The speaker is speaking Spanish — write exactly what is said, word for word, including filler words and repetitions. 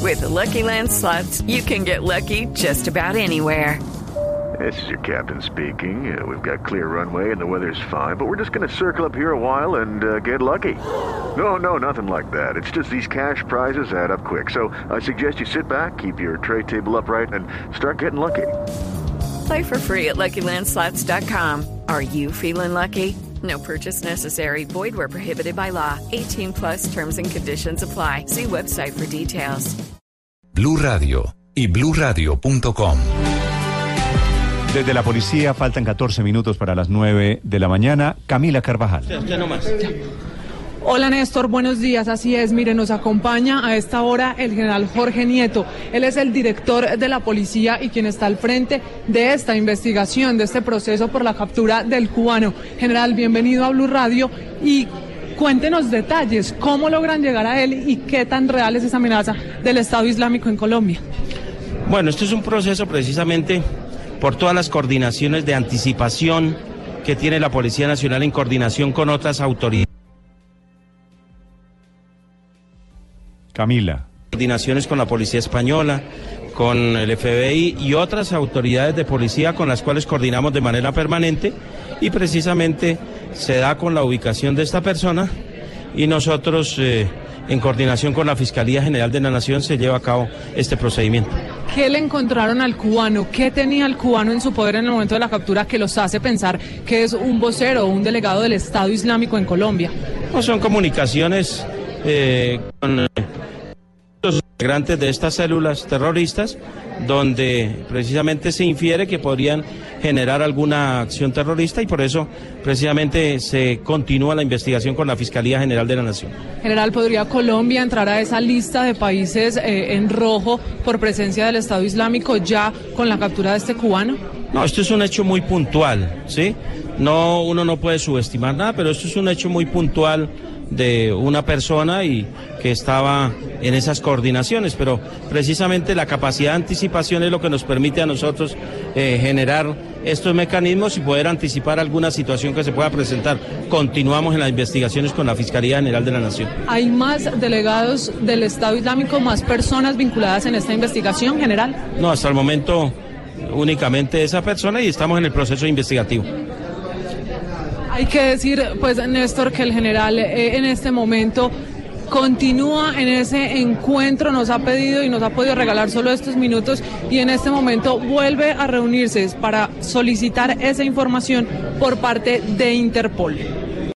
With the Lucky Land Slots, you can get lucky just about anywhere. This is your captain speaking. Uh, we've got clear runway and the weather's fine, but we're just going to circle up here a while and uh, get lucky. No, no, nothing like that. It's just these cash prizes add up quick. So I suggest you sit back, keep your tray table upright, and start getting lucky. Play for free at Lucky Land Slots dot com. Are you feeling lucky? No purchase necessary. Void where prohibited by law. eighteen plus terms and conditions apply. See website for details. Blue Radio y blue radio punto com. Desde la policía faltan catorce minutos para las nueve de la mañana. Camila Carvajal. Ya no más. Hola Néstor, buenos días. Así es, mire, nos acompaña a esta hora el general Jorge Nieto. Él es el director de la policía y quien está al frente de esta investigación, de este proceso por la captura del cubano. General, bienvenido a Blue Radio y cuéntenos detalles, cómo logran llegar a él y qué tan real es esa amenaza del Estado Islámico en Colombia. Bueno, esto es un proceso precisamente por todas las coordinaciones de anticipación que tiene la Policía Nacional en coordinación con otras autoridades. Camila. Coordinaciones con la Policía Española, con el F B I y otras autoridades de policía con las cuales coordinamos de manera permanente y precisamente se da con la ubicación de esta persona y nosotros eh, en coordinación con la Fiscalía General de la Nación se lleva a cabo este procedimiento. ¿Qué le encontraron al cubano? ¿Qué tenía el cubano en su poder en el momento de la captura que los hace pensar que es un vocero o un delegado del Estado Islámico en Colombia? No, son comunicaciones eh, con eh, los integrantes de estas células terroristas donde precisamente se infiere que podrían generar alguna acción terrorista y por eso precisamente se continúa la investigación con la Fiscalía General de la Nación. General, ¿podría Colombia entrar a esa lista de países eh, en rojo por presencia del Estado Islámico ya con la captura de este cubano? No, esto es un hecho muy puntual, ¿sí? No, uno no puede subestimar nada, pero esto es un hecho muy puntual de una persona y que estaba en esas coordinaciones, pero precisamente la capacidad de anticipación es lo que nos permite a nosotros eh, generar estos mecanismos y poder anticipar alguna situación que se pueda presentar. Continuamos en las investigaciones con la Fiscalía General de la Nación. ¿Hay más delegados del Estado Islámico, más personas vinculadas en esta investigación, general? No, hasta el momento únicamente esa persona y estamos en el proceso investigativo. Hay que decir, pues, Néstor, que el general eh, en este momento continúa en ese encuentro, nos ha pedido y nos ha podido regalar solo estos minutos y en este momento vuelve a reunirse para solicitar esa información por parte de Interpol.